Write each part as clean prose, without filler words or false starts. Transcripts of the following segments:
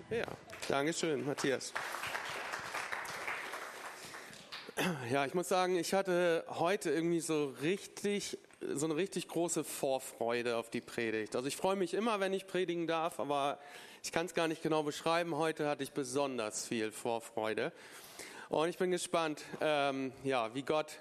Ja, Dankeschön, Matthias. Ja, ich muss sagen, ich hatte heute irgendwie so eine richtig große Vorfreude auf die Predigt. Also ich freue mich immer, wenn ich predigen darf, aber ich kann es gar nicht genau beschreiben. Heute hatte ich besonders viel Vorfreude. Und ich bin gespannt, wie Gott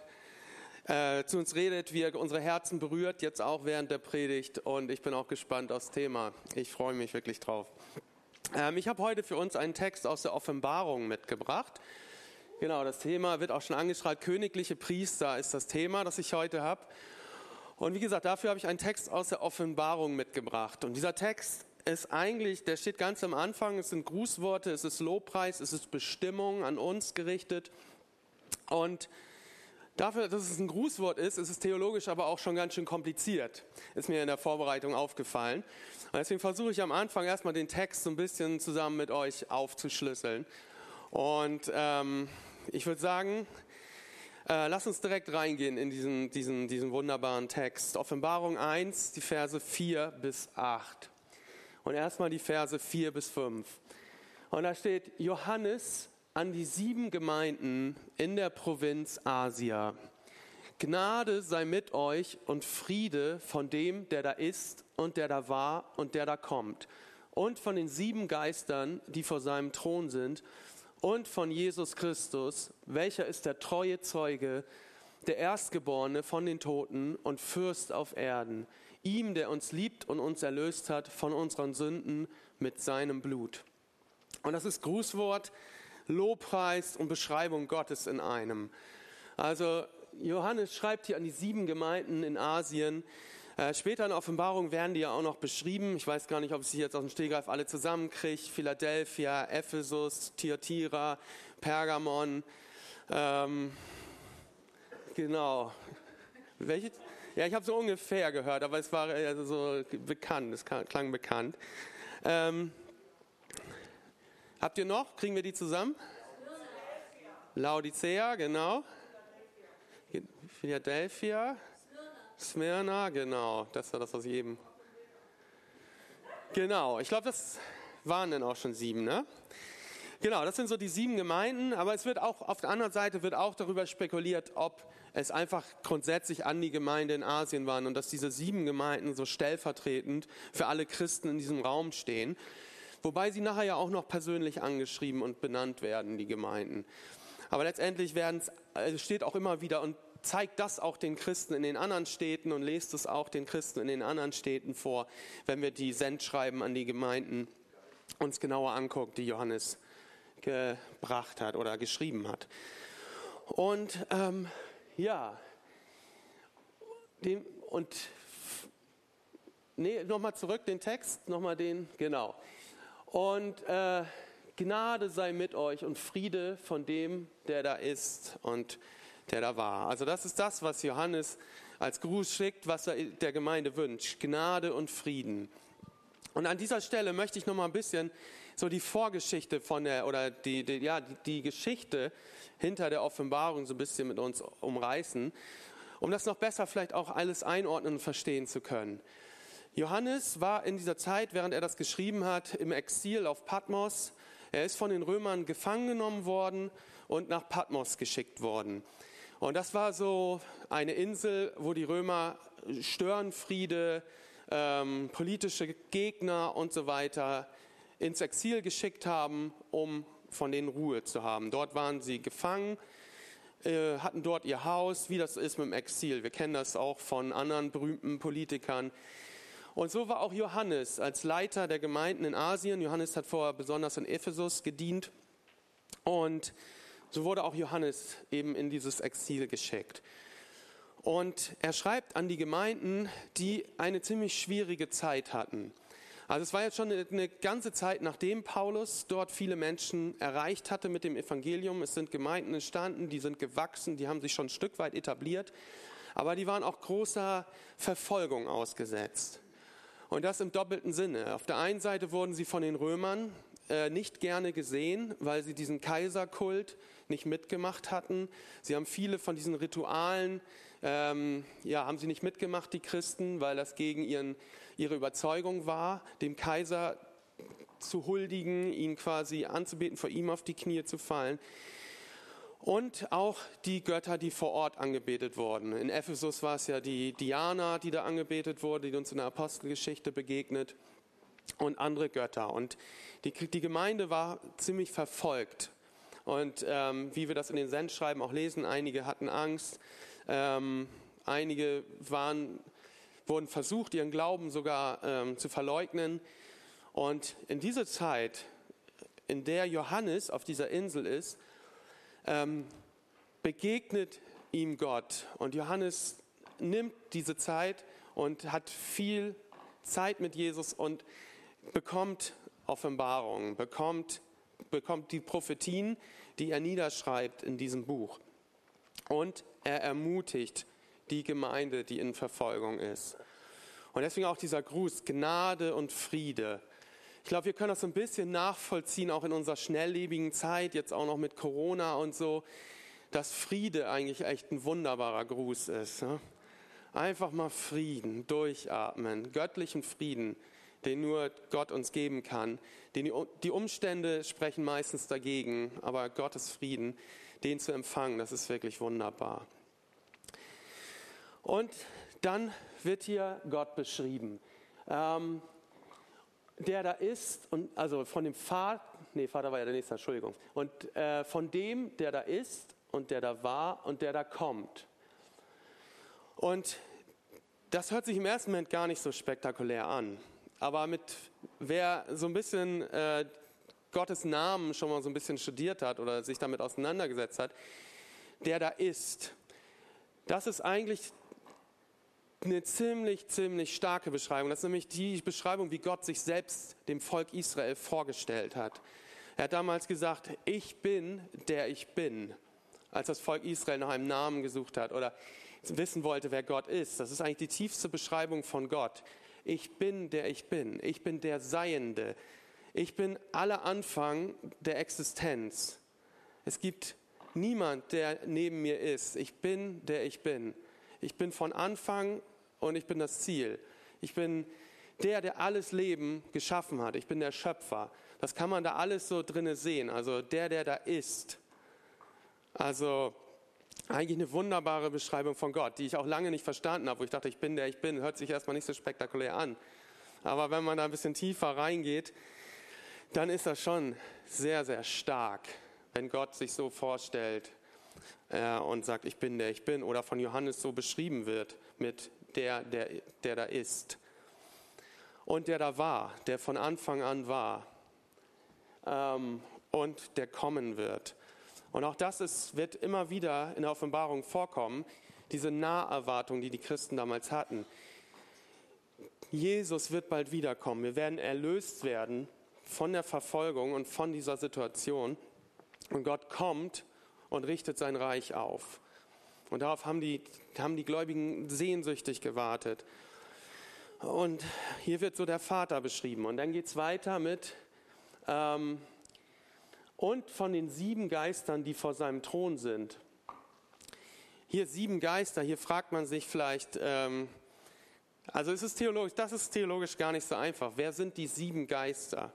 zu uns redet, wie er unsere Herzen berührt, jetzt auch während der Predigt. Und ich bin auch gespannt aufs Thema. Ich freue mich wirklich drauf. Ich habe heute für uns einen Text aus der Offenbarung mitgebracht. Genau, das Thema wird auch schon angeschrieben. Königliche Priester ist das Thema, das ich heute habe. Und wie gesagt, dafür habe ich einen Text aus der Offenbarung mitgebracht. Und dieser Text ist eigentlich, der steht ganz am Anfang. Es sind Grußworte, es ist Lobpreis, es ist Bestimmung an uns gerichtet. Und dafür, dass es ein Grußwort ist es theologisch aber auch schon ganz schön kompliziert. Ist mir in der Vorbereitung aufgefallen. Und deswegen versuche ich am Anfang erstmal den Text so ein bisschen zusammen mit euch aufzuschlüsseln. Und ich würde sagen, lass uns direkt reingehen in diesen wunderbaren Text. Offenbarung 1, die Verse 4 bis 8. Und erstmal die Verse 4 bis 5. Und da steht: Johannes an die 7 Gemeinden in der Provinz Asia. Gnade sei mit euch und Friede von dem, der da ist und der da war und der da kommt. Und von den 7 Geistern, die vor seinem Thron sind. Und von Jesus Christus, welcher ist der treue Zeuge, der Erstgeborene von den Toten und Fürst auf Erden. Ihm, der uns liebt und uns erlöst hat von unseren Sünden mit seinem Blut. Und das ist Grußwort, Lobpreis und Beschreibung Gottes in einem. Also Johannes schreibt hier an die 7 Gemeinden in Asien. Später in der Offenbarung werden die ja auch noch beschrieben. Ich weiß gar nicht, ob ich sie jetzt aus dem Stegreif alle zusammenkriege. Philadelphia, Ephesus, Thyatira, Pergamon. Genau. Welche? Ja, ich habe so ungefähr gehört, aber es war so bekannt. Es klang bekannt. Habt ihr noch? Kriegen wir die zusammen? Laodicea, genau. Philadelphia. Smyrna, genau. Das war das aus jedem. Genau, ich glaube, das waren dann auch schon 7, ne? Genau, das sind so die 7 Gemeinden, aber es wird auch, auf der anderen Seite wird auch darüber spekuliert, ob es einfach grundsätzlich an die Gemeinde in Asien waren und dass diese 7 Gemeinden so stellvertretend für alle Christen in diesem Raum stehen. Wobei sie nachher ja auch noch persönlich angeschrieben und benannt werden, die Gemeinden. Aber letztendlich steht auch immer wieder und zeigt das auch den Christen in den anderen Städten und lest es auch den Christen in den anderen Städten vor, wenn wir die Sendschreiben an die Gemeinden uns genauer angucken, die Johannes gebracht hat oder geschrieben hat. Und nochmal zurück den Text, genau. Und Gnade sei mit euch und Friede von dem, der da ist und der da war. Also das ist das, was Johannes als Gruß schickt, was er der Gemeinde wünscht. Gnade und Frieden. Und an dieser Stelle möchte ich noch mal ein bisschen so die Vorgeschichte die Geschichte hinter der Offenbarung so ein bisschen mit uns umreißen, um das noch besser vielleicht auch alles einordnen und verstehen zu können. Johannes war in dieser Zeit, während er das geschrieben hat, im Exil auf Patmos. Er ist von den Römern gefangen genommen worden und nach Patmos geschickt worden. Und das war so eine Insel, wo die Römer Störenfriede, politische Gegner und so weiter ins Exil geschickt haben, um von denen Ruhe zu haben. Dort waren sie gefangen, hatten dort ihr Haus, wie das ist mit dem Exil. Wir kennen das auch von anderen berühmten Politikern. Und so war auch Johannes als Leiter der Gemeinden in Asien. Johannes hat vorher besonders in Ephesus gedient. Und so wurde auch Johannes eben in dieses Exil geschickt. Und er schreibt an die Gemeinden, die eine ziemlich schwierige Zeit hatten. Also es war jetzt schon eine ganze Zeit, nachdem Paulus dort viele Menschen erreicht hatte mit dem Evangelium. Es sind Gemeinden entstanden, die sind gewachsen, die haben sich schon ein Stück weit etabliert. Aber die waren auch großer Verfolgung ausgesetzt. Und das im doppelten Sinne. Auf der einen Seite wurden sie von den Römern nicht gerne gesehen, weil sie diesen Kaiserkult nicht mitgemacht hatten. Sie haben viele von diesen Ritualen, haben sie nicht mitgemacht, die Christen, weil das gegen ihre Überzeugung war, dem Kaiser zu huldigen, ihn quasi anzubeten, vor ihm auf die Knie zu fallen. Und auch die Götter, die vor Ort angebetet wurden. In Ephesus war es ja die Diana, die da angebetet wurde, die uns in der Apostelgeschichte begegnet, und andere Götter. Und die Gemeinde war ziemlich verfolgt. Und wie wir das in den Sendschreiben auch lesen, einige hatten Angst, einige wurden versucht, ihren Glauben sogar zu verleugnen. Und in dieser Zeit, in der Johannes auf dieser Insel ist, begegnet ihm Gott. Und Johannes nimmt diese Zeit und hat viel Zeit mit Jesus und bekommt Offenbarungen, bekommt die Prophetien, die er niederschreibt in diesem Buch. Und er ermutigt die Gemeinde, die in Verfolgung ist. Und deswegen auch dieser Gruß, Gnade und Friede. Ich glaube, wir können das so ein bisschen nachvollziehen, auch in unserer schnelllebigen Zeit, jetzt auch noch mit Corona und so, dass Friede eigentlich echt ein wunderbarer Gruß ist. Ne? Einfach mal Frieden, durchatmen, göttlichen Frieden, den nur Gott uns geben kann. Die Umstände sprechen meistens dagegen, aber Gottes Frieden, den zu empfangen, das ist wirklich wunderbar. Und dann wird hier Gott beschrieben. Der da ist, und also von dem Vater war ja der nächste, Entschuldigung, und von dem, der da ist und der da war und der da kommt. Und das hört sich im ersten Moment gar nicht so spektakulär an, aber wer so ein bisschen Gottes Namen schon mal so ein bisschen studiert hat oder sich damit auseinandergesetzt hat, der da ist, das ist eigentlich eine ziemlich starke Beschreibung. Das ist nämlich die Beschreibung, wie Gott sich selbst dem Volk Israel vorgestellt hat. Er hat damals gesagt, ich bin, der ich bin, als das Volk Israel nach einem Namen gesucht hat oder wissen wollte, wer Gott ist. Das ist eigentlich die tiefste Beschreibung von Gott. Ich bin, der ich bin. Ich bin der Seiende. Ich bin aller Anfang der Existenz. Es gibt niemand, der neben mir ist. Ich bin, der ich bin. Ich bin von Anfang und ich bin das Ziel. Ich bin der alles Leben geschaffen hat. Ich bin der Schöpfer. Das kann man da alles so drinne sehen. Also der da ist. Also eigentlich eine wunderbare Beschreibung von Gott, die ich auch lange nicht verstanden habe, wo ich dachte, ich bin der ich bin. Hört sich erstmal nicht so spektakulär an. Aber wenn man da ein bisschen tiefer reingeht, dann ist das schon sehr stark, wenn Gott sich so vorstellt und sagt, ich bin der ich bin, oder von Johannes so beschrieben wird mit der da ist und der da war, der von Anfang an war und der kommen wird. Und auch das wird immer wieder in der Offenbarung vorkommen, diese Naherwartung, die Christen damals hatten. Jesus wird bald wiederkommen. Wir werden erlöst werden von der Verfolgung und von dieser Situation. Und Gott kommt und richtet sein Reich auf. Und darauf haben die Gläubigen sehnsüchtig gewartet. Und hier wird so der Vater beschrieben. Und dann geht es weiter mit und von den 7 Geistern, die vor seinem Thron sind. Hier 7 Geister, hier fragt man sich vielleicht, also das ist theologisch gar nicht so einfach. Wer sind die 7 Geister?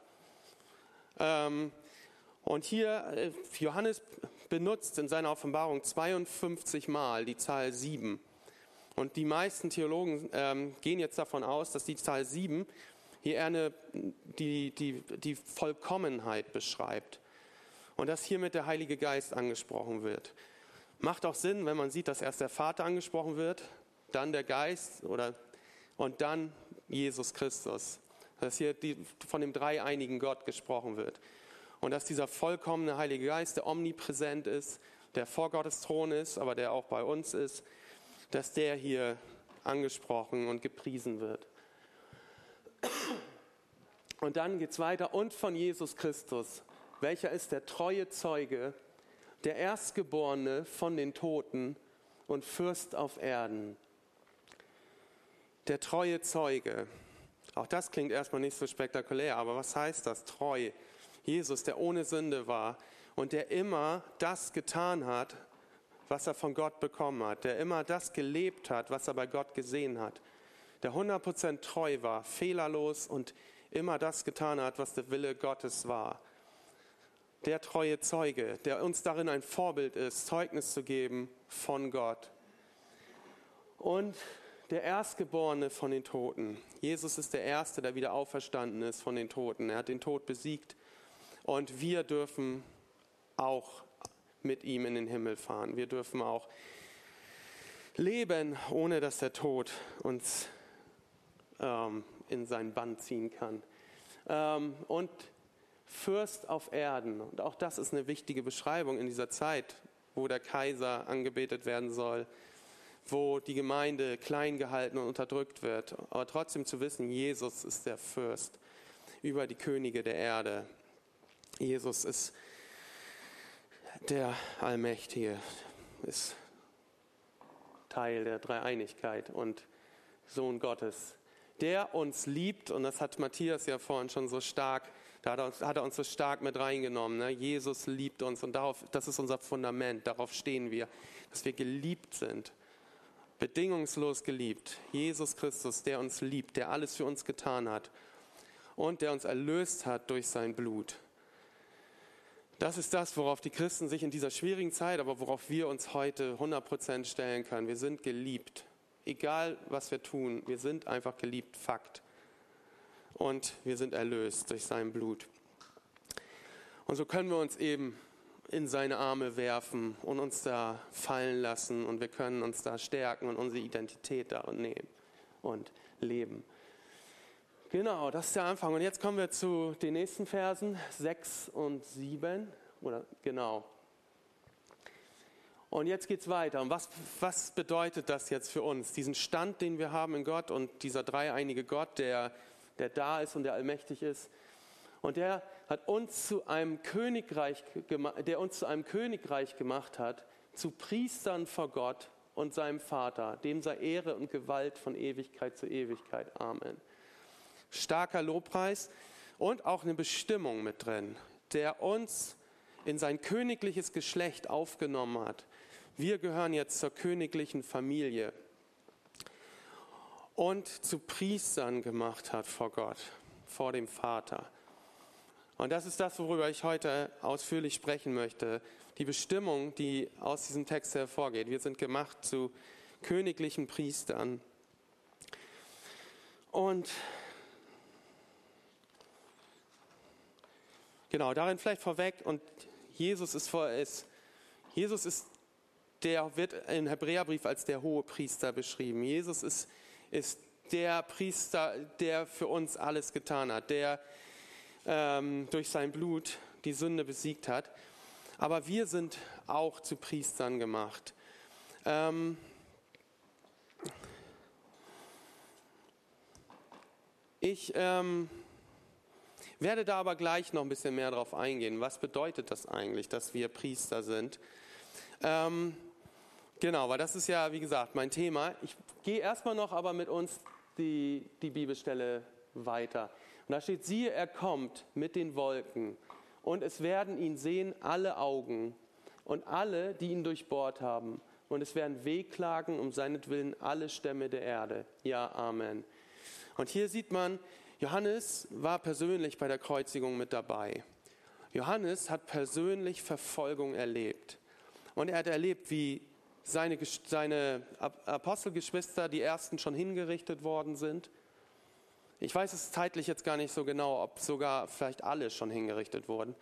Und hier, Johannes benutzt in seiner Offenbarung 52 Mal die Zahl 7. Und die meisten Theologen gehen jetzt davon aus, dass die Zahl 7 hier eher die Vollkommenheit beschreibt. Und dass hiermit der Heilige Geist angesprochen wird. Macht auch Sinn, wenn man sieht, dass erst der Vater angesprochen wird, dann der Geist und dann Jesus Christus. Dass hier von dem dreieinigen Gott gesprochen wird. Und dass dieser vollkommene Heilige Geist, der omnipräsent ist, der vor Gottes Thron ist, aber der auch bei uns ist, dass der hier angesprochen und gepriesen wird. Und dann geht es weiter. Und von Jesus Christus, welcher ist der treue Zeuge, der Erstgeborene von den Toten und Fürst auf Erden. Der treue Zeuge. Auch das klingt erstmal nicht so spektakulär, aber was heißt das? Treu. Jesus, der ohne Sünde war und der immer das getan hat, was er von Gott bekommen hat. Der immer das gelebt hat, was er bei Gott gesehen hat. Der 100% treu war, fehlerlos und immer das getan hat, was der Wille Gottes war. Der treue Zeuge, der uns darin ein Vorbild ist, Zeugnis zu geben von Gott. Und der Erstgeborene von den Toten. Jesus ist der Erste, der wieder auferstanden ist von den Toten. Er hat den Tod besiegt und wir dürfen auch mit ihm in den Himmel fahren. Wir dürfen auch leben, ohne dass der Tod uns in seinen Bann ziehen kann. Und Fürst auf Erden. Und auch das ist eine wichtige Beschreibung in dieser Zeit, wo der Kaiser angebetet werden soll, wo die Gemeinde klein gehalten und unterdrückt wird. Aber trotzdem zu wissen, Jesus ist der Fürst über die Könige der Erde. Jesus ist der Allmächtige, ist Teil der Dreieinigkeit und Sohn Gottes, der uns liebt. Und das hat Matthias ja vorhin schon so stark, da hat er uns so stark mit reingenommen. Ne? Jesus liebt uns und das ist unser Fundament, darauf stehen wir, dass wir geliebt sind, bedingungslos geliebt. Jesus Christus, der uns liebt, der alles für uns getan hat und der uns erlöst hat durch sein Blut. Das ist das, worauf die Christen sich in dieser schwierigen Zeit, aber worauf wir uns heute 100% stellen können. Wir sind geliebt. Egal, was wir tun, wir sind einfach geliebt, Fakt. Und wir sind erlöst durch sein Blut. Und so können wir uns eben in seine Arme werfen und uns da fallen lassen und wir können uns da stärken und unsere Identität darin nehmen und leben. Genau, das ist der Anfang. Und jetzt kommen wir zu den nächsten Versen, 6 und 7. Genau. Und jetzt geht es weiter. Und was bedeutet das jetzt für uns? Diesen Stand, den wir haben in Gott und dieser dreieinige Gott, der da ist und der allmächtig ist. Und der hat uns zu einem Königreich gemacht hat, zu Priestern vor Gott und seinem Vater. Dem sei Ehre und Gewalt von Ewigkeit zu Ewigkeit. Amen. Starker Lobpreis und auch eine Bestimmung mit drin, der uns in sein königliches Geschlecht aufgenommen hat. Wir gehören jetzt zur königlichen Familie und zu Priestern gemacht hat vor Gott, vor dem Vater. Und das ist das, worüber ich heute ausführlich sprechen möchte. Die Bestimmung, die aus diesem Text hervorgeht. Wir sind gemacht zu königlichen Priestern. Und genau, darin vielleicht vorweg, und Jesus der wird im Hebräerbrief als der hohe Priester beschrieben. Jesus ist der Priester, der für uns alles getan hat, der durch sein Blut die Sünde besiegt hat. Aber wir sind auch zu Priestern gemacht. Ich werde da aber gleich noch ein bisschen mehr drauf eingehen. Was bedeutet das eigentlich, dass wir Priester sind? Genau, weil das ist ja, wie gesagt, mein Thema. Ich gehe erstmal noch aber mit uns die Bibelstelle weiter. Und da steht, siehe, er kommt mit den Wolken und es werden ihn sehen alle Augen und alle, die ihn durchbohrt haben. Und es werden wehklagen um seinetwillen alle Stämme der Erde. Ja, Amen. Und hier sieht man, Johannes war persönlich bei der Kreuzigung mit dabei. Johannes hat persönlich Verfolgung erlebt. Und er hat erlebt, wie seine Apostelgeschwister, die ersten, schon hingerichtet worden sind. Ich weiß es zeitlich jetzt gar nicht so genau, ob sogar vielleicht alle schon hingerichtet wurden.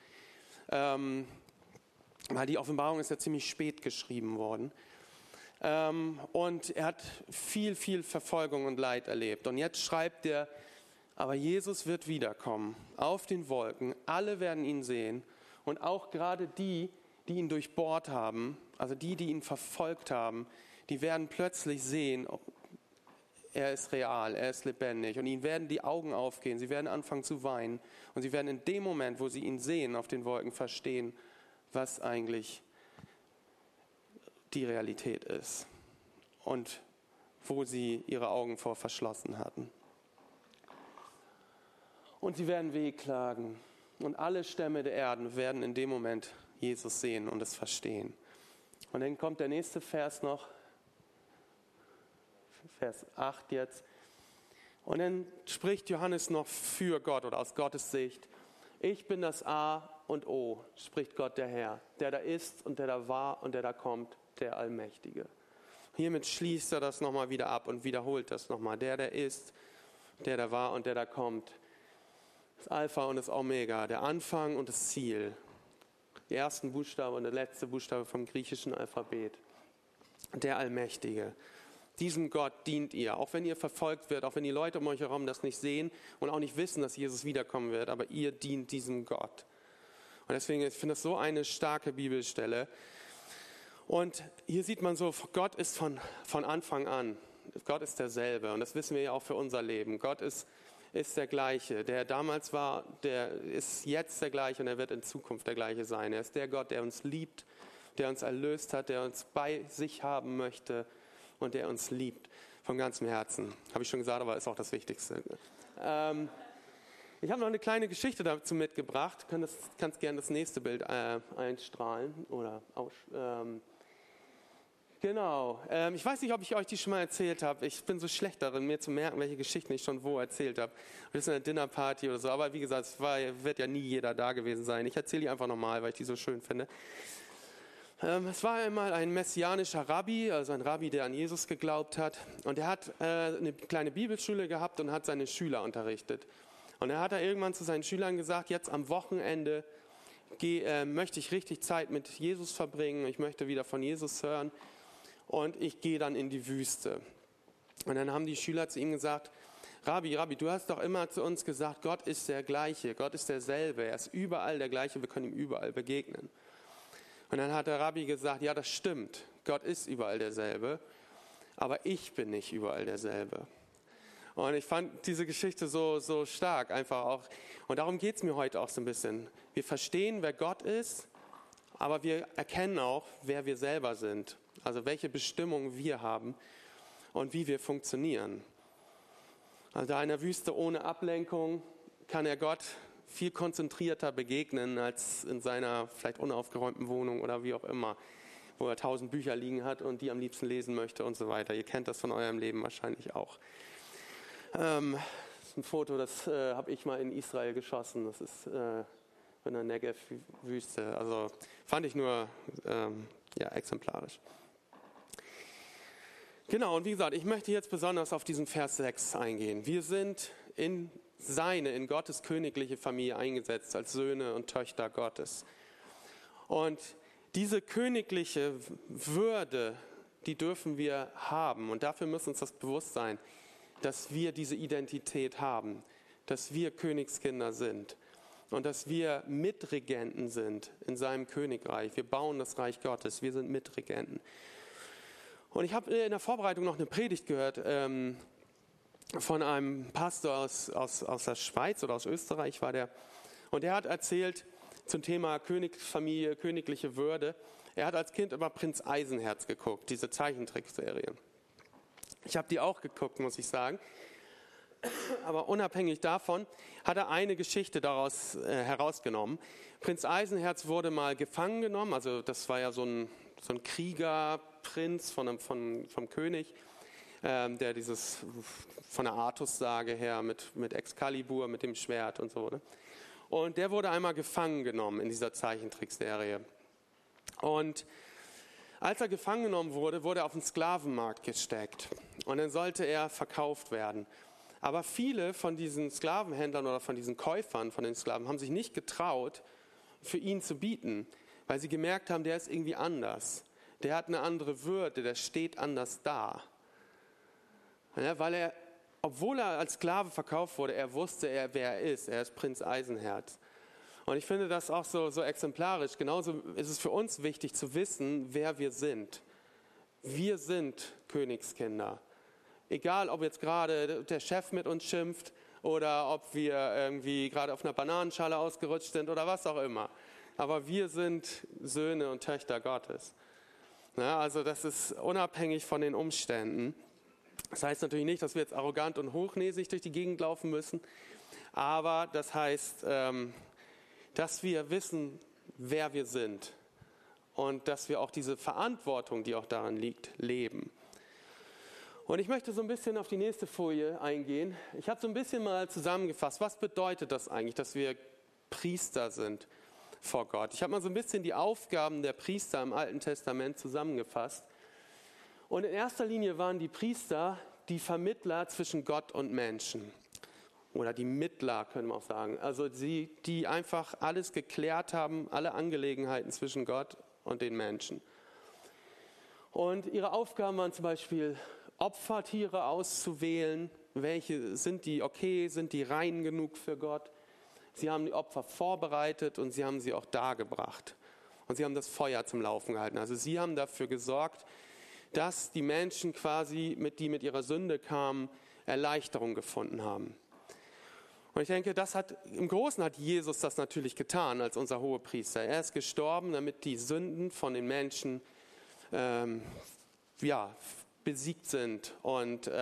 Weil die Offenbarung ist ja ziemlich spät geschrieben worden. Und er hat viel, viel Verfolgung und Leid erlebt. Und jetzt schreibt er, aber Jesus wird wiederkommen auf den Wolken. Alle werden ihn sehen. Und auch gerade die ihn durchbohrt haben, also die ihn verfolgt haben, die werden plötzlich sehen, er ist real, er ist lebendig. Und ihnen werden die Augen aufgehen, sie werden anfangen zu weinen. Und sie werden in dem Moment, wo sie ihn sehen auf den Wolken, verstehen, was eigentlich die Realität ist. Und wo sie ihre Augen vor verschlossen hatten. Und sie werden wehklagen. Und alle Stämme der Erden werden in dem Moment Jesus sehen und es verstehen. Und dann kommt der nächste Vers noch, Vers 8 jetzt. Und dann spricht Johannes noch für Gott oder aus Gottes Sicht. Ich bin das A und O, spricht Gott der Herr, der da ist und der da war und der da kommt, der Allmächtige. Hiermit schließt er das nochmal wieder ab und wiederholt das nochmal. Der ist, der da war und der da kommt. Das Alpha und das Omega, der Anfang und das Ziel. Der ersten Buchstabe und der letzte Buchstabe vom griechischen Alphabet. Der Allmächtige. Diesem Gott dient ihr, auch wenn ihr verfolgt wird, auch wenn die Leute um euch herum das nicht sehen und auch nicht wissen, dass Jesus wiederkommen wird, aber ihr dient diesem Gott. Und deswegen, ich finde das so eine starke Bibelstelle. Und hier sieht man so, Gott ist von Anfang an, Gott ist derselbe und das wissen wir ja auch für unser Leben. Gott ist der Gleiche, der damals war, der ist jetzt der Gleiche und er wird in Zukunft der Gleiche sein. Er ist der Gott, der uns liebt, der uns erlöst hat, der uns bei sich haben möchte und der uns liebt von ganzem Herzen. Habe ich schon gesagt, aber ist auch das Wichtigste. Ich habe noch eine kleine Geschichte dazu mitgebracht. Kannst gerne das nächste Bild einstrahlen oder Genau. Ich weiß nicht, ob ich euch die schon mal erzählt habe. Ich bin so schlecht darin, mir zu merken, welche Geschichten ich schon wo erzählt habe. Das ist eine Dinnerparty oder so. Aber wie gesagt, wird ja nie jeder da gewesen sein. Ich erzähle die einfach nochmal, weil ich die so schön finde. Es war einmal ein messianischer Rabbi, also ein Rabbi, der an Jesus geglaubt hat. Und er hat eine kleine Bibelschule gehabt und hat seine Schüler unterrichtet. Und er hat irgendwann zu seinen Schülern gesagt, jetzt am Wochenende möchte ich richtig Zeit mit Jesus verbringen. Ich möchte wieder von Jesus hören. Und ich gehe dann in die Wüste. Und dann haben die Schüler zu ihm gesagt, Rabbi, du hast doch immer zu uns gesagt, Gott ist der Gleiche, Gott ist derselbe, er ist überall der Gleiche, wir können ihm überall begegnen. Und dann hat der Rabbi gesagt, ja, das stimmt, Gott ist überall derselbe, aber ich bin nicht überall derselbe. Und ich fand diese Geschichte so stark, einfach auch. Und darum geht es mir heute auch so ein bisschen. Wir verstehen, wer Gott ist, aber wir erkennen auch, wer wir selber sind. Also welche Bestimmung wir haben und wie wir funktionieren. Also da in der Wüste ohne Ablenkung kann er Gott viel konzentrierter begegnen als in seiner vielleicht unaufgeräumten Wohnung oder wie auch immer, wo er 1000 Bücher liegen hat und die am liebsten lesen möchte und so weiter. Ihr kennt das von eurem Leben wahrscheinlich auch. Das ist ein Foto, das habe ich mal in Israel geschossen. Das ist in der Negev-Wüste. Also fand ich nur exemplarisch. Genau, und wie gesagt, ich möchte jetzt besonders auf diesen Vers 6 eingehen. Wir sind in Gottes königliche Familie eingesetzt, als Söhne und Töchter Gottes. Und diese königliche Würde, die dürfen wir haben. Und dafür muss uns das bewusst sein, dass wir diese Identität haben, dass wir Königskinder sind und dass wir Mitregenten sind in seinem Königreich. Wir bauen das Reich Gottes, wir sind Mitregenten. Und ich habe in der Vorbereitung noch eine Predigt gehört von einem Pastor aus der Schweiz oder aus Österreich war der. Und der hat erzählt zum Thema Königsfamilie, königliche Würde. Er hat als Kind immer Prinz Eisenherz geguckt, diese Zeichentrickserie. Ich habe die auch geguckt, muss ich sagen. Aber unabhängig davon hat er eine Geschichte daraus herausgenommen. Prinz Eisenherz wurde mal gefangen genommen, also das war ja so ein Kriegerprinz vom König, der dieses von der Artussage her mit Excalibur, mit dem Schwert und so. Ne? Und der wurde einmal gefangen genommen in dieser Zeichentrickserie. Und als er gefangen genommen wurde, wurde er auf den Sklavenmarkt gesteckt. Und dann sollte er verkauft werden. Aber viele von diesen Sklavenhändlern oder von diesen Käufern von den Sklaven haben sich nicht getraut, für ihn zu bieten, weil sie gemerkt haben, der ist irgendwie anders. Der hat eine andere Würde, der steht anders da. Ja, weil er, obwohl er als Sklave verkauft wurde, er wusste, wer er ist. Er ist Prinz Eisenherz. Und ich finde das auch so exemplarisch. Genauso ist es für uns wichtig zu wissen, wer wir sind. Wir sind Königskinder. Egal, ob jetzt gerade der Chef mit uns schimpft oder ob wir irgendwie gerade auf einer Bananenschale ausgerutscht sind oder was auch immer. Aber wir sind Söhne und Töchter Gottes. Ja, also das ist unabhängig von den Umständen. Das heißt natürlich nicht, dass wir jetzt arrogant und hochnäsig durch die Gegend laufen müssen. Aber das heißt, dass wir wissen, wer wir sind. Und dass wir auch diese Verantwortung, die auch darin liegt, leben. Und ich möchte so ein bisschen auf die nächste Folie eingehen. Ich habe so ein bisschen mal zusammengefasst, was bedeutet das eigentlich, dass wir Priester sind vor Gott. Ich habe mal so ein bisschen die Aufgaben der Priester im Alten Testament zusammengefasst. Und in erster Linie waren die Priester die Vermittler zwischen Gott und Menschen. Oder die Mittler, können wir auch sagen. Also die einfach alles geklärt haben, alle Angelegenheiten zwischen Gott und den Menschen. Und ihre Aufgaben waren zum Beispiel, Opfertiere auszuwählen. Welche sind die okay, sind die rein genug für Gott? Sie haben die Opfer vorbereitet und sie haben sie auch dargebracht. Und sie haben das Feuer zum Laufen gehalten. Also sie haben dafür gesorgt, dass die Menschen quasi, die mit ihrer Sünde kamen, Erleichterung gefunden haben. Und ich denke, im Großen hat Jesus das natürlich getan als unser Hohepriester. Er ist gestorben, damit die Sünden von den Menschen besiegt sind und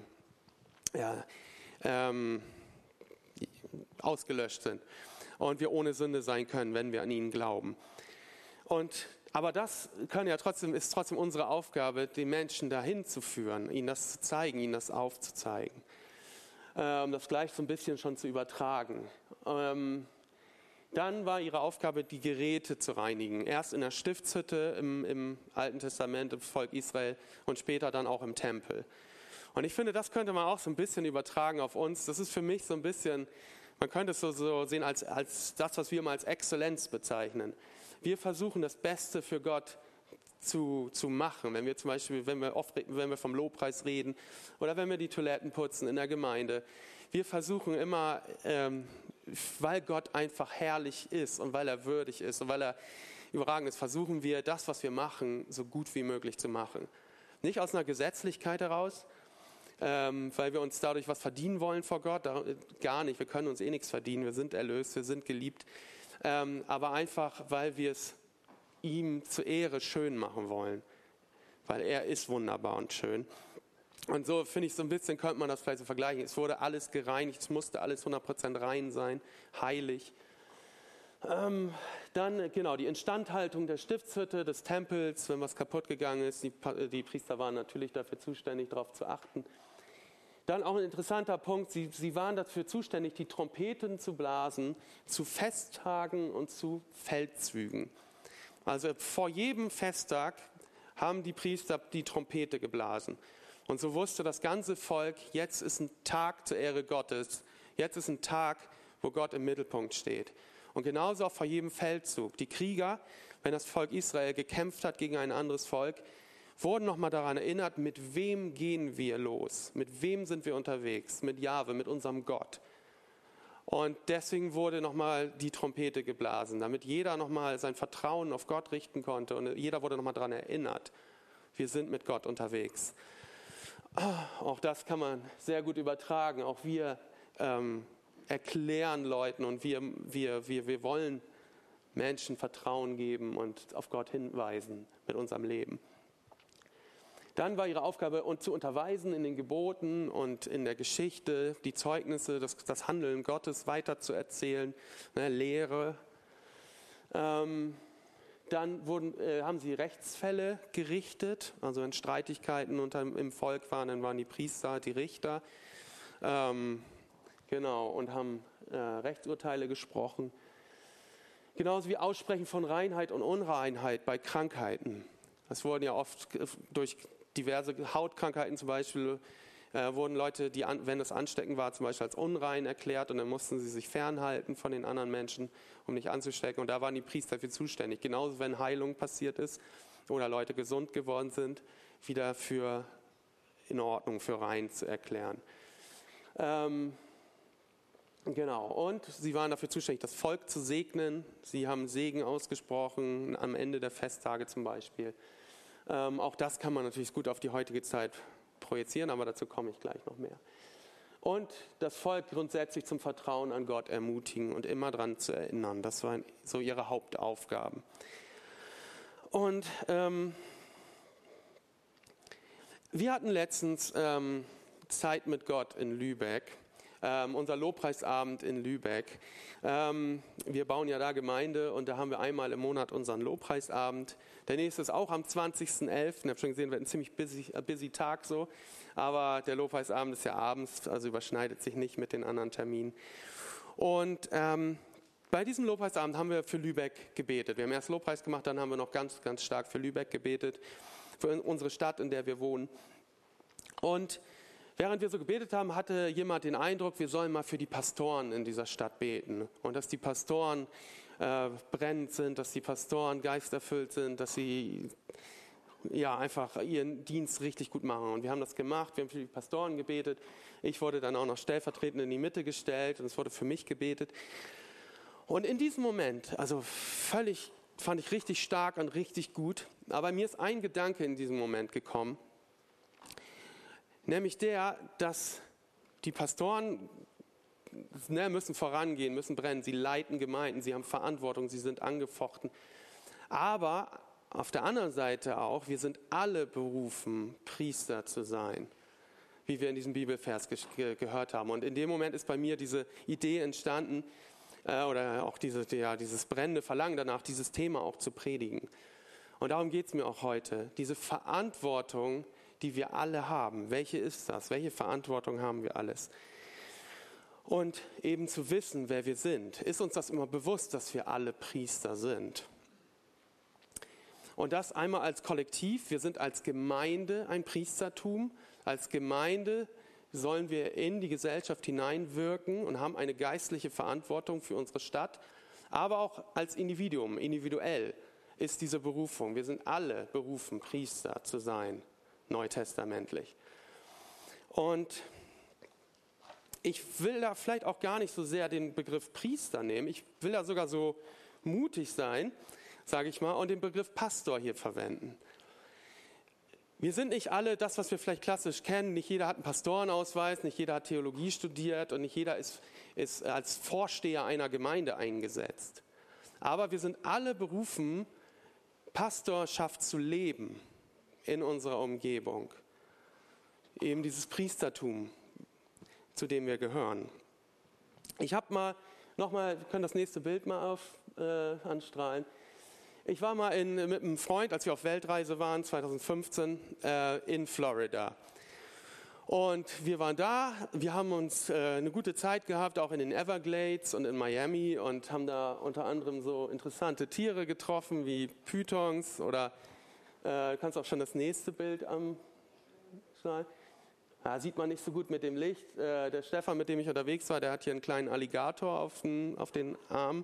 ausgelöscht sind. Und wir ohne Sünde sein können, wenn wir an ihn glauben. Aber das ist trotzdem unsere Aufgabe, die Menschen dahin zu führen, ihnen das zu zeigen, ihnen das aufzuzeigen. Das gleich so ein bisschen schon zu übertragen. Dann war ihre Aufgabe, die Geräte zu reinigen. Erst in der Stiftshütte im Alten Testament, im Volk Israel und später dann auch im Tempel. Und ich finde, das könnte man auch so ein bisschen übertragen auf uns. Das ist für mich so ein bisschen, man könnte es so sehen als das, was wir mal als Exzellenz bezeichnen. Wir versuchen, das Beste für Gott zu machen. Wenn wir zum Beispiel, wenn wir vom Lobpreis reden oder wenn wir die Toiletten putzen in der Gemeinde. Wir versuchen immer, weil Gott einfach herrlich ist und weil er würdig ist und weil er überragend ist, versuchen wir, das, was wir machen, so gut wie möglich zu machen. Nicht aus einer Gesetzlichkeit heraus, weil wir uns dadurch was verdienen wollen vor Gott, gar nicht. Wir können uns nichts verdienen, wir sind erlöst, wir sind geliebt, aber einfach, weil wir es ihm zur Ehre schön machen wollen, weil er ist wunderbar und schön. Und so finde ich, so ein bisschen könnte man das vielleicht so vergleichen. Es wurde alles gereinigt, es musste alles 100% rein sein, heilig. Dann die Instandhaltung der Stiftshütte, des Tempels, wenn was kaputt gegangen ist. Die Priester waren natürlich dafür zuständig, darauf zu achten. Dann auch ein interessanter Punkt, sie waren dafür zuständig, die Trompeten zu blasen, zu Festtagen und zu Feldzügen. Also vor jedem Festtag haben die Priester die Trompete geblasen. Und so wusste das ganze Volk, jetzt ist ein Tag zur Ehre Gottes. Jetzt ist ein Tag, wo Gott im Mittelpunkt steht. Und genauso auch vor jedem Feldzug. Die Krieger, wenn das Volk Israel gekämpft hat gegen ein anderes Volk, wurden nochmal daran erinnert, mit wem gehen wir los? Mit wem sind wir unterwegs? Mit Jahwe, mit unserem Gott. Und deswegen wurde nochmal die Trompete geblasen, damit jeder nochmal sein Vertrauen auf Gott richten konnte. Und jeder wurde nochmal daran erinnert, wir sind mit Gott unterwegs. Auch das kann man sehr gut übertragen. Auch wir erklären Leuten und wir wollen Menschen Vertrauen geben und auf Gott hinweisen mit unserem Leben. Dann war ihre Aufgabe, zu unterweisen in den Geboten und in der Geschichte, die Zeugnisse, das Handeln Gottes weiterzuerzählen, Lehre. Dann haben sie Rechtsfälle gerichtet, also wenn Streitigkeiten im Volk waren, dann waren die Priester, die Richter, und haben Rechtsurteile gesprochen. Genauso wie Aussprechen von Reinheit und Unreinheit bei Krankheiten. Das wurden ja oft durch diverse Hautkrankheiten zum Beispiel, wurden Leute, wenn es ansteckend war, zum Beispiel als unrein erklärt und dann mussten sie sich fernhalten von den anderen Menschen, um nicht anzustecken. Und da waren die Priester für zuständig. Genauso, wenn Heilung passiert ist oder Leute gesund geworden sind, wieder für in Ordnung, für rein zu erklären. Und sie waren dafür zuständig, das Volk zu segnen. Sie haben Segen ausgesprochen, am Ende der Festtage zum Beispiel. Auch das kann man natürlich gut auf die heutige Zeit projizieren, aber dazu komme ich gleich noch mehr. Und das Volk grundsätzlich zum Vertrauen an Gott ermutigen und immer daran zu erinnern. Das waren so ihre Hauptaufgaben. Und wir hatten letztens Zeit mit Gott in Lübeck. unser Lobpreisabend in Lübeck. Wir bauen ja da Gemeinde und da haben wir einmal im Monat unseren Lobpreisabend. Der nächste ist auch am 20.11. Ich habe schon gesehen, wird ein ziemlich busy Tag so. Aber der Lobpreisabend ist ja abends, also überschneidet sich nicht mit den anderen Terminen. Und bei diesem Lobpreisabend haben wir für Lübeck gebetet. Wir haben erst Lobpreis gemacht, dann haben wir noch ganz, ganz stark für Lübeck gebetet, für unsere Stadt, in der wir wohnen. Und während wir so gebetet haben, hatte jemand den Eindruck, wir sollen mal für die Pastoren in dieser Stadt beten. Und dass die Pastoren brennend sind, dass die Pastoren geisterfüllt sind, dass sie einfach ihren Dienst richtig gut machen. Und wir haben das gemacht, wir haben für die Pastoren gebetet. Ich wurde dann auch noch stellvertretend in die Mitte gestellt und es wurde für mich gebetet. Und in diesem Moment, also fand ich richtig stark und richtig gut, aber mir ist ein Gedanke in diesem Moment gekommen, nämlich der, dass die Pastoren müssen vorangehen, müssen brennen, sie leiten Gemeinden, sie haben Verantwortung, sie sind angefochten. Aber auf der anderen Seite auch, wir sind alle berufen, Priester zu sein, wie wir in diesem Bibelvers gehört haben. Und in dem Moment ist bei mir diese Idee entstanden, oder auch dieses brennende Verlangen danach, dieses Thema auch zu predigen. Und darum geht es mir auch heute. Diese Verantwortung, die wir alle haben. Welche ist das? Welche Verantwortung haben wir alles? Und eben zu wissen, wer wir sind. Ist uns das immer bewusst, dass wir alle Priester sind? Und das einmal als Kollektiv. Wir sind als Gemeinde ein Priestertum. Als Gemeinde sollen wir in die Gesellschaft hineinwirken und haben eine geistliche Verantwortung für unsere Stadt. Aber auch als Individuum, individuell ist diese Berufung. Wir sind alle berufen, Priester zu sein. Neutestamentlich. Und ich will da vielleicht auch gar nicht so sehr den Begriff Priester nehmen. Ich will da sogar so mutig sein, sage ich mal, und den Begriff Pastor hier verwenden. Wir sind nicht alle das, was wir vielleicht klassisch kennen. Nicht jeder hat einen Pastorenausweis, nicht jeder hat Theologie studiert und nicht jeder ist als Vorsteher einer Gemeinde eingesetzt. Aber wir sind alle berufen, Pastorschaft zu leben in unserer Umgebung. Eben dieses Priestertum, zu dem wir gehören. Ich habe wir können das nächste Bild mal anstrahlen. Ich war mal mit einem Freund, als wir auf Weltreise waren, 2015, in Florida. Und wir waren da, wir haben uns eine gute Zeit gehabt, auch in den Everglades und in Miami und haben da unter anderem so interessante Tiere getroffen, wie Pythons oder du kannst auch schon das nächste Bild anschneiden. Da sieht man nicht so gut mit dem Licht. Der Stefan, mit dem ich unterwegs war, der hat hier einen kleinen Alligator auf den Arm.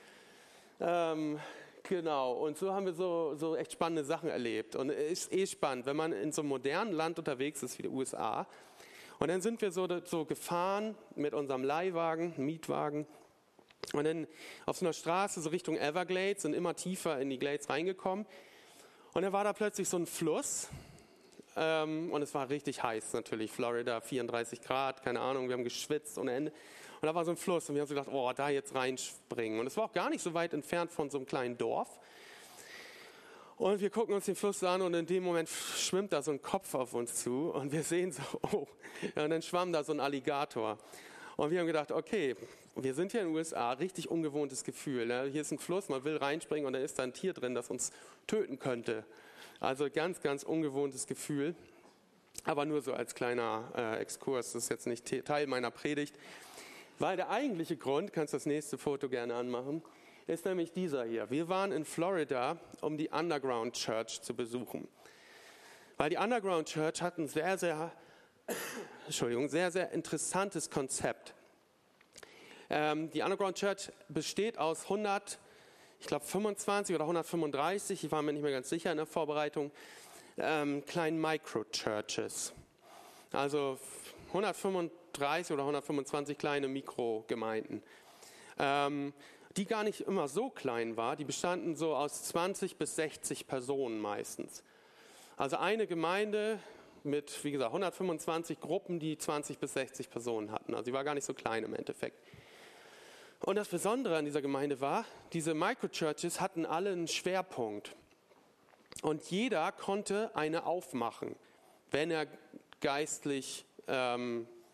Genau, und so haben wir so echt spannende Sachen erlebt. Und es ist spannend, wenn man in so einem modernen Land unterwegs ist wie die USA. Und dann sind wir so gefahren mit unserem Leihwagen, Mietwagen. Und dann auf so einer Straße so Richtung Everglades und immer tiefer in die Glades reingekommen. Und dann war da plötzlich so ein Fluss. Und es war richtig heiß natürlich. Florida, 34 Grad, keine Ahnung, wir haben geschwitzt ohne Ende. Und da war so ein Fluss und wir haben so gedacht, da jetzt reinspringen. Und es war auch gar nicht so weit entfernt von so einem kleinen Dorf. Und wir gucken uns den Fluss an und in dem Moment schwimmt da so ein Kopf auf uns zu. Und wir sehen so, und dann schwamm da so ein Alligator. Und wir haben gedacht, okay, wir sind hier in den USA, richtig ungewohntes Gefühl. Ne? Hier ist ein Fluss, man will reinspringen und dann ist da ein Tier drin, das uns töten könnte. Also ganz, ganz ungewohntes Gefühl. Aber nur so als kleiner Exkurs, das ist jetzt nicht Teil meiner Predigt. Weil der eigentliche Grund, kannst du das nächste Foto gerne anmachen, ist nämlich dieser hier. Wir waren in Florida, um die Underground Church zu besuchen. Weil die Underground Church hat ein sehr, sehr interessantes Konzept. Die Underground Church besteht aus 25 oder 135, ich war mir nicht mehr ganz sicher in der Vorbereitung, kleinen Micro-Churches. Also 135 oder 125 kleine Mikrogemeinden, die gar nicht immer so klein war. Die bestanden so aus 20 bis 60 Personen meistens. Also eine Gemeinde mit, wie gesagt, 125 Gruppen, die 20 bis 60 Personen hatten. Also die war gar nicht so klein im Endeffekt. Und das Besondere an dieser Gemeinde war, diese Microchurches hatten alle einen Schwerpunkt. Und jeder konnte eine aufmachen, wenn er geistlich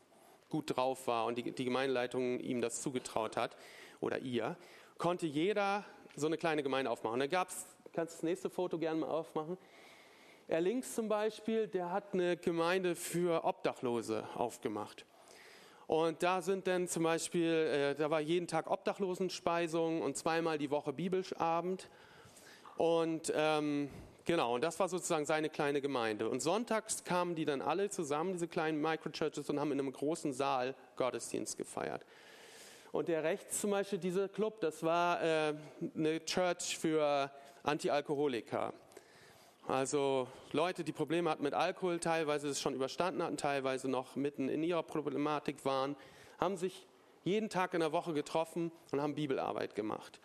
gut drauf war und die Gemeindeleitung ihm das zugetraut hat, oder ihr, konnte jeder so eine kleine Gemeinde aufmachen. Und da gab's, kannst du das nächste Foto gerne mal aufmachen? Er links zum Beispiel, der hat eine Gemeinde für Obdachlose aufgemacht. Und da sind dann zum Beispiel, da war jeden Tag Obdachlosenspeisung und zweimal die Woche Bibelabend. Und genau, und das war sozusagen seine kleine Gemeinde. Und sonntags kamen die dann alle zusammen, diese kleinen Microchurches, und haben in einem großen Saal Gottesdienst gefeiert. Und der rechts zum Beispiel, dieser Club, das war eine Church für Anti-Alkoholiker. Also Leute, die Probleme hatten mit Alkohol, teilweise es schon überstanden hatten, teilweise noch mitten in ihrer Problematik waren, haben sich jeden Tag in der Woche getroffen und haben Bibelarbeit gemacht,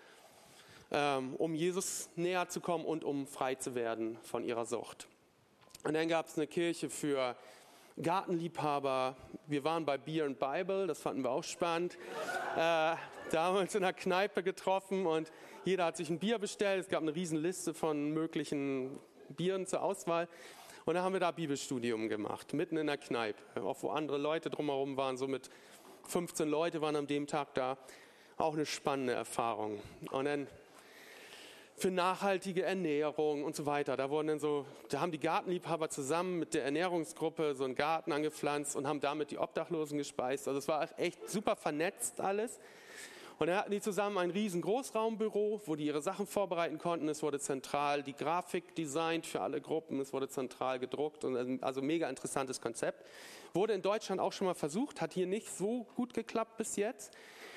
um Jesus näher zu kommen und um frei zu werden von ihrer Sucht. Und dann gab es eine Kirche für Gartenliebhaber. Wir waren bei Beer and Bible, das fanden wir auch spannend. Da haben wir uns in einer Kneipe getroffen und jeder hat sich ein Bier bestellt. Es gab eine riesen Liste von möglichen Bieren zur Auswahl. Und dann haben wir da Bibelstudium gemacht, mitten in der Kneipe. Auch wo andere Leute drumherum waren, so mit 15 Leute waren an dem Tag da. Auch eine spannende Erfahrung. Und dann für nachhaltige Ernährung und so weiter. Da haben die Gartenliebhaber zusammen mit der Ernährungsgruppe so einen Garten angepflanzt und haben damit die Obdachlosen gespeist. Also es war echt super vernetzt alles. Und dann hatten die zusammen ein riesen Großraumbüro, wo die ihre Sachen vorbereiten konnten. Es wurde zentral die Grafik designt für alle Gruppen. Es wurde zentral gedruckt. Und also mega interessantes Konzept. Wurde in Deutschland auch schon mal versucht, hat hier nicht so gut geklappt bis jetzt.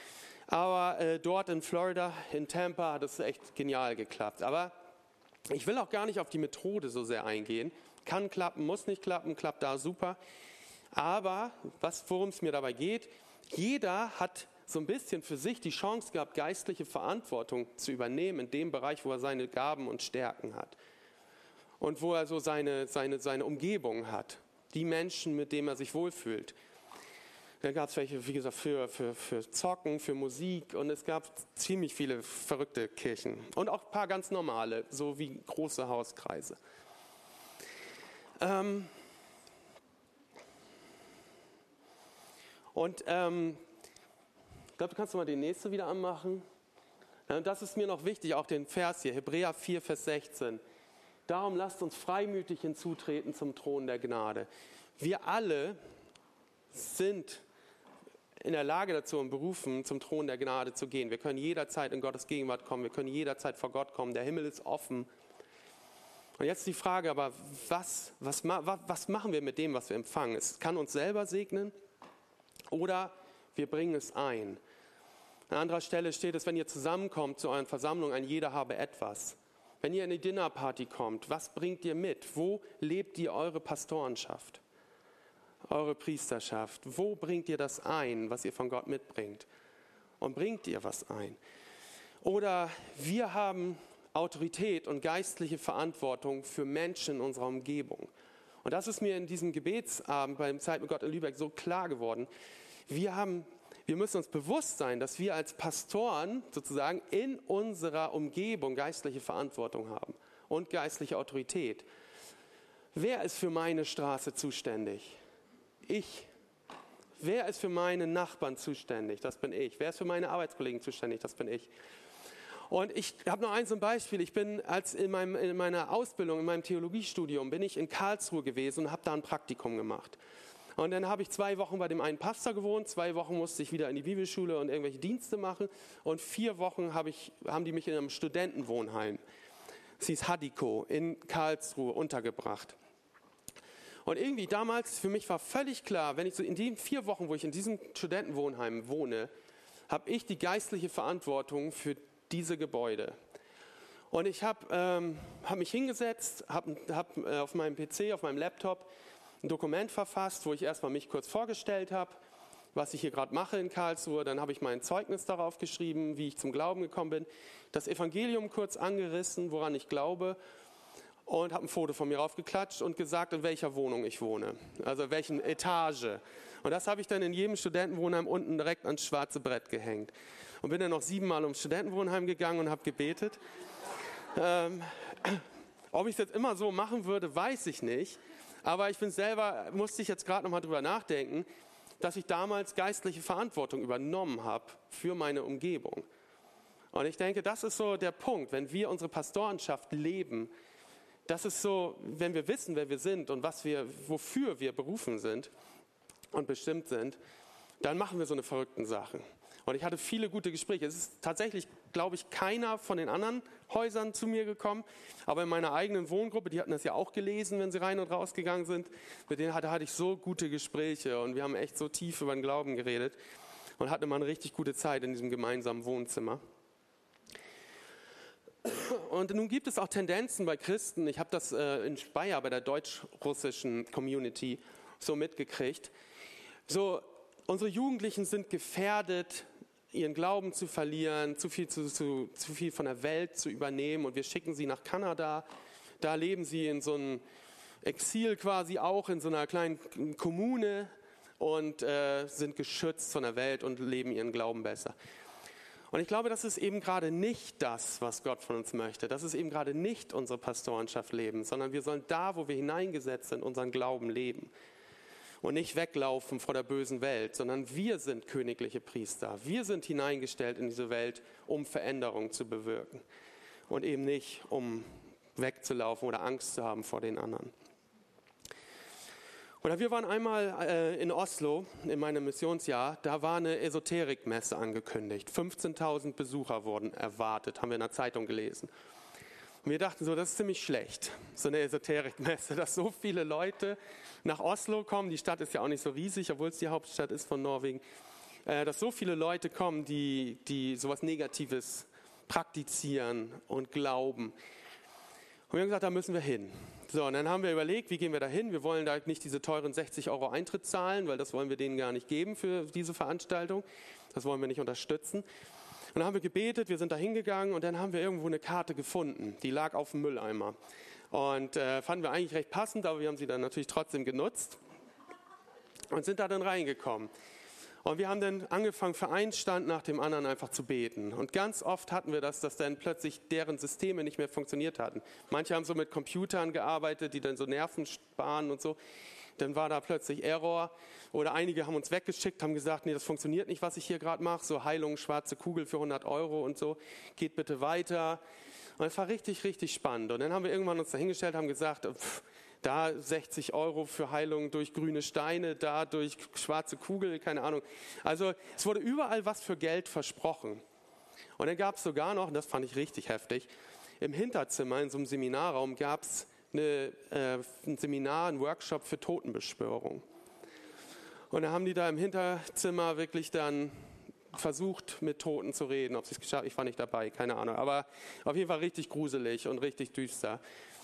Aber dort in Florida, in Tampa, hat es echt genial geklappt. Aber ich will auch gar nicht auf die Methode so sehr eingehen. Kann klappen, muss nicht klappen, klappt da super. Aber worum es mir dabei geht, jeder hat so ein bisschen für sich die Chance gehabt, geistliche Verantwortung zu übernehmen in dem Bereich, wo er seine Gaben und Stärken hat. Und wo er so seine Umgebung hat. Die Menschen, mit denen er sich wohlfühlt. Dann gab es welche, wie gesagt, für Zocken, für Musik und es gab ziemlich viele verrückte Kirchen. Und auch ein paar ganz normale, so wie große Hauskreise. Ich glaube, du kannst mal den nächsten wieder anmachen. Das ist mir noch wichtig, auch den Vers hier, Hebräer 4, Vers 16. Darum lasst uns freimütig hinzutreten zum Thron der Gnade. Wir alle sind in der Lage dazu und berufen, zum Thron der Gnade zu gehen. Wir können jederzeit in Gottes Gegenwart kommen, wir können jederzeit vor Gott kommen. Der Himmel ist offen. Und jetzt die Frage, aber was machen wir mit dem, was wir empfangen? Es kann uns selber segnen oder wir bringen es ein. An anderer Stelle steht es, wenn ihr zusammenkommt zu euren Versammlungen, ein jeder habe etwas. Wenn ihr in die Dinnerparty kommt, was bringt ihr mit? Wo lebt ihr eure Pastorenschaft, eure Priesterschaft? Wo bringt ihr das ein, was ihr von Gott mitbringt? Und bringt ihr was ein? Oder wir haben Autorität und geistliche Verantwortung für Menschen in unserer Umgebung. Und das ist mir in diesem Gebetsabend beim Zeit mit Gott in Lübeck so klar geworden. Wir müssen uns bewusst sein, dass wir als Pastoren sozusagen in unserer Umgebung geistliche Verantwortung haben und geistliche Autorität. Wer ist für meine Straße zuständig? Ich. Wer ist für meine Nachbarn zuständig? Das bin ich. Wer ist für meine Arbeitskollegen zuständig? Das bin ich. Und ich habe noch so ein Beispiel. Ich bin in meiner Ausbildung, in meinem Theologiestudium, bin ich in Karlsruhe gewesen und habe da ein Praktikum gemacht. Und dann habe ich 2 Wochen bei dem einen Pastor gewohnt, 2 Wochen musste ich wieder in die Bibelschule und irgendwelche Dienste machen und 4 Wochen haben die mich in einem Studentenwohnheim, es hieß Hadiko, in Karlsruhe untergebracht. Und irgendwie damals, für mich war völlig klar, wenn ich so in den 4 Wochen, wo ich in diesem Studentenwohnheim wohne, habe ich die geistliche Verantwortung für diese Gebäude. Und ich habe mich hingesetzt, habe auf meinem PC, auf meinem Laptop, ein Dokument verfasst, wo ich erstmal mich kurz vorgestellt habe, was ich hier gerade mache in Karlsruhe. Dann habe ich mein Zeugnis darauf geschrieben, wie ich zum Glauben gekommen bin. Das Evangelium kurz angerissen, woran ich glaube. Und habe ein Foto von mir raufgeklatscht und gesagt, in welcher Wohnung ich wohne. Also in welchen Etage. Und das habe ich dann in jedem Studentenwohnheim unten direkt ans schwarze Brett gehängt. Und bin dann noch 7-mal ums Studentenwohnheim gegangen und habe gebetet. Ob ich es jetzt immer so machen würde, weiß ich nicht. Aber musste ich jetzt gerade nochmal drüber nachdenken. dass ich damals geistliche Verantwortung übernommen habe für meine Umgebung. Und ich denke, das ist so der Punkt, wenn wir unsere Pastorenschaft leben. Das ist so, wenn wir wissen, wer wir sind und wofür wir berufen sind und bestimmt sind, dann machen wir so eine verrückten Sachen. Und ich hatte viele gute Gespräche. Es ist tatsächlich, glaube ich, keiner von den anderen Häusern zu mir gekommen. Aber in meiner eigenen Wohngruppe, die hatten das ja auch gelesen, wenn sie rein und rausgegangen sind. Mit denen hatte ich so gute Gespräche und wir haben echt so tief über den Glauben geredet und hatten immer eine richtig gute Zeit in diesem gemeinsamen Wohnzimmer. Und nun gibt es auch Tendenzen bei Christen. Ich habe das in Speyer bei der deutsch-russischen Community so mitgekriegt. So, unsere Jugendlichen sind gefährdet, ihren Glauben zu verlieren, zu viel von der Welt zu übernehmen. Und wir schicken sie nach Kanada. Da leben sie in so einem Exil quasi auch, in so einer kleinen Kommune und sind geschützt von der Welt und leben ihren Glauben besser. Und ich glaube, das ist eben gerade nicht das, was Gott von uns möchte. Das ist eben gerade nicht unsere Pastorenschaft leben, sondern wir sollen da, wo wir hineingesetzt sind, unseren Glauben leben. Und nicht weglaufen vor der bösen Welt, sondern wir sind königliche Priester. Wir sind hineingestellt in diese Welt, um Veränderung zu bewirken. Und eben nicht, um wegzulaufen oder Angst zu haben vor den anderen. Oder wir waren einmal in Oslo in meinem Missionsjahr, da war eine Esoterikmesse angekündigt. 15.000 Besucher wurden erwartet, haben wir in der Zeitung gelesen. Und wir dachten so, das ist ziemlich schlecht, so eine Esoterikmesse, dass so viele Leute nach Oslo kommen. Die Stadt ist ja auch nicht so riesig, obwohl es die Hauptstadt ist von Norwegen. Dass so viele Leute kommen, die sowas Negatives praktizieren und glauben. Und wir haben gesagt, da müssen wir hin. So, und dann haben wir überlegt, wie gehen wir da hin? Wir wollen da nicht diese teuren 60 € Eintritt zahlen, weil das wollen wir denen gar nicht geben für diese Veranstaltung. Das wollen wir nicht unterstützen. Und dann haben wir gebetet, wir sind da hingegangen und dann haben wir irgendwo eine Karte gefunden. Die lag auf dem Mülleimer. Und fanden wir eigentlich recht passend, aber wir haben sie dann natürlich trotzdem genutzt und sind da dann reingekommen. Und wir haben dann angefangen, für einen Stand nach dem anderen einfach zu beten. Und ganz oft hatten wir das, dass dann plötzlich deren Systeme nicht mehr funktioniert hatten. Manche haben so mit Computern gearbeitet, die dann so Nerven sparen und so. Dann war da plötzlich Error. Oder einige haben uns weggeschickt, haben gesagt, nee, das funktioniert nicht, was ich hier gerade mache. So Heilung, schwarze Kugel für 100 € und so. Geht bitte weiter. Und es war richtig, richtig spannend. Und dann haben wir irgendwann uns da hingestellt, haben gesagt, da 60 € für Heilung durch grüne Steine, da durch schwarze Kugel, keine Ahnung. Also es wurde überall was für Geld versprochen. Und dann gab es sogar noch, und das fand ich richtig heftig, im Hinterzimmer in so einem Seminarraum gab es ein Seminar, ein Workshop für Totenbeschwörung. Und da haben die da im Hinterzimmer wirklich dann versucht, mit Toten zu reden. Ob sie es geschafft haben, ich war nicht dabei, keine Ahnung. Aber auf jeden Fall richtig gruselig und richtig düster.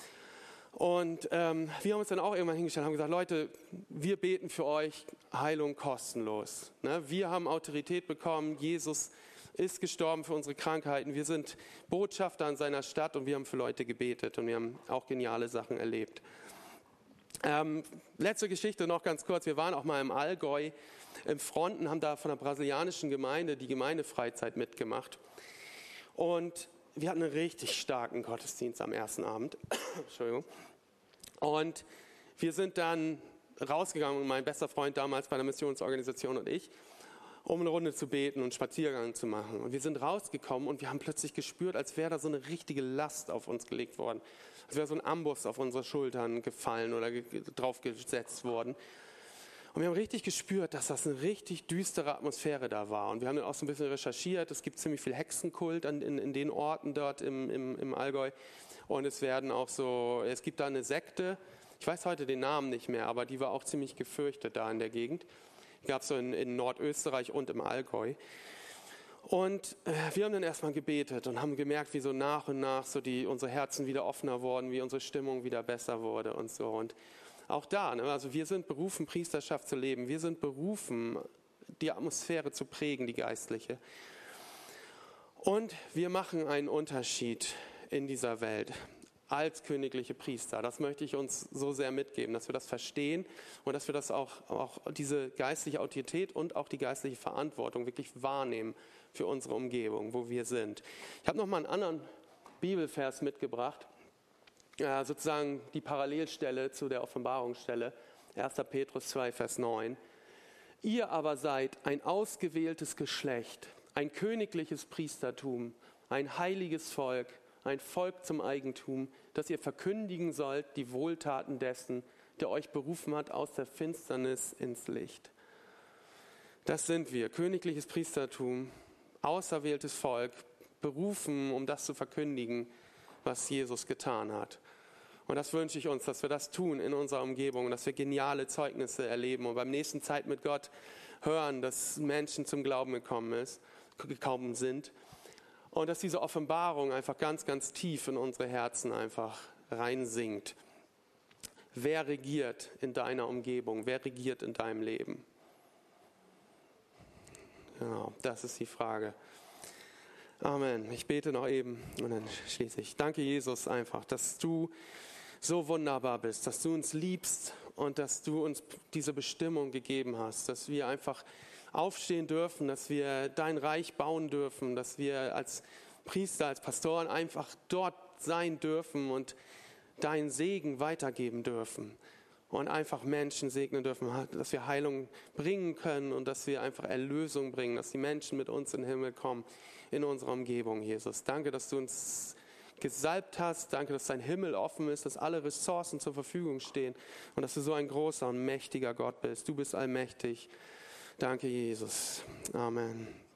Und wir haben uns dann auch irgendwann hingestellt und haben gesagt, Leute, wir beten für euch, Heilung kostenlos. Ne? Wir haben Autorität bekommen, Jesus ist gestorben für unsere Krankheiten. Wir sind Botschafter in seiner Stadt und wir haben für Leute gebetet und wir haben auch geniale Sachen erlebt. Letzte Geschichte noch ganz kurz. Wir waren auch mal im Allgäu im Fronten, haben da von der brasilianischen Gemeinde die Gemeindefreizeit mitgemacht. Und wir hatten einen richtig starken Gottesdienst am ersten Abend. Entschuldigung. Und wir sind dann rausgegangen, mein bester Freund damals bei der Missionsorganisation und ich, um eine Runde zu beten und Spaziergang zu machen. Und wir sind rausgekommen und wir haben plötzlich gespürt, als wäre da so eine richtige Last auf uns gelegt worden. Als wäre so ein Amboss auf unsere Schultern gefallen oder draufgesetzt worden. Und wir haben richtig gespürt, dass das eine richtig düstere Atmosphäre da war. Und wir haben dann auch so ein bisschen recherchiert. Es gibt ziemlich viel Hexenkult in den Orten dort im Allgäu. Und es gibt da eine Sekte, ich weiß heute den Namen nicht mehr, aber die war auch ziemlich gefürchtet da in der Gegend. Die gab es so in Nordösterreich und im Allgäu. Und wir haben dann erstmal gebetet und haben gemerkt, wie so nach und nach so unsere Herzen wieder offener wurden, wie unsere Stimmung wieder besser wurde und so. Und auch da, also wir sind berufen, Priesterschaft zu leben. Wir sind berufen, die Atmosphäre zu prägen, die geistliche. Und wir machen einen Unterschied in dieser Welt als königliche Priester. Das möchte ich uns so sehr mitgeben, dass wir das verstehen und dass wir das auch diese geistliche Autorität und auch die geistliche Verantwortung wirklich wahrnehmen für unsere Umgebung, wo wir sind. Ich habe noch mal einen anderen Bibelvers mitgebracht, sozusagen die Parallelstelle zu der Offenbarungsstelle, 1. Petrus 2, Vers 9. Ihr aber seid ein ausgewähltes Geschlecht, ein königliches Priestertum, ein heiliges Volk, ein Volk zum Eigentum, dass ihr verkündigen sollt die Wohltaten dessen, der euch berufen hat aus der Finsternis ins Licht. Das sind wir, königliches Priestertum, auserwähltes Volk, berufen, um das zu verkündigen, was Jesus getan hat. Und das wünsche ich uns, dass wir das tun in unserer Umgebung, dass wir geniale Zeugnisse erleben und beim nächsten Zeit mit Gott hören, dass Menschen zum Glauben gekommen sind und dass diese Offenbarung einfach ganz, ganz tief in unsere Herzen einfach reinsinkt. Wer regiert in deiner Umgebung? Wer regiert in deinem Leben? Genau, das ist die Frage. Amen. Ich bete noch eben und dann schließe ich. Danke, Jesus, einfach, dass du so wunderbar bist, dass du uns liebst und dass du uns diese Bestimmung gegeben hast, dass wir einfach aufstehen dürfen, dass wir dein Reich bauen dürfen, dass wir als Priester, als Pastoren einfach dort sein dürfen und deinen Segen weitergeben dürfen und einfach Menschen segnen dürfen, dass wir Heilung bringen können und dass wir einfach Erlösung bringen, dass die Menschen mit uns in den Himmel kommen, in unserer Umgebung, Jesus. Danke, dass du uns gesalbt hast. Danke, dass dein Himmel offen ist, dass alle Ressourcen zur Verfügung stehen und dass du so ein großer und mächtiger Gott bist. Du bist allmächtig. Danke, Jesus. Amen.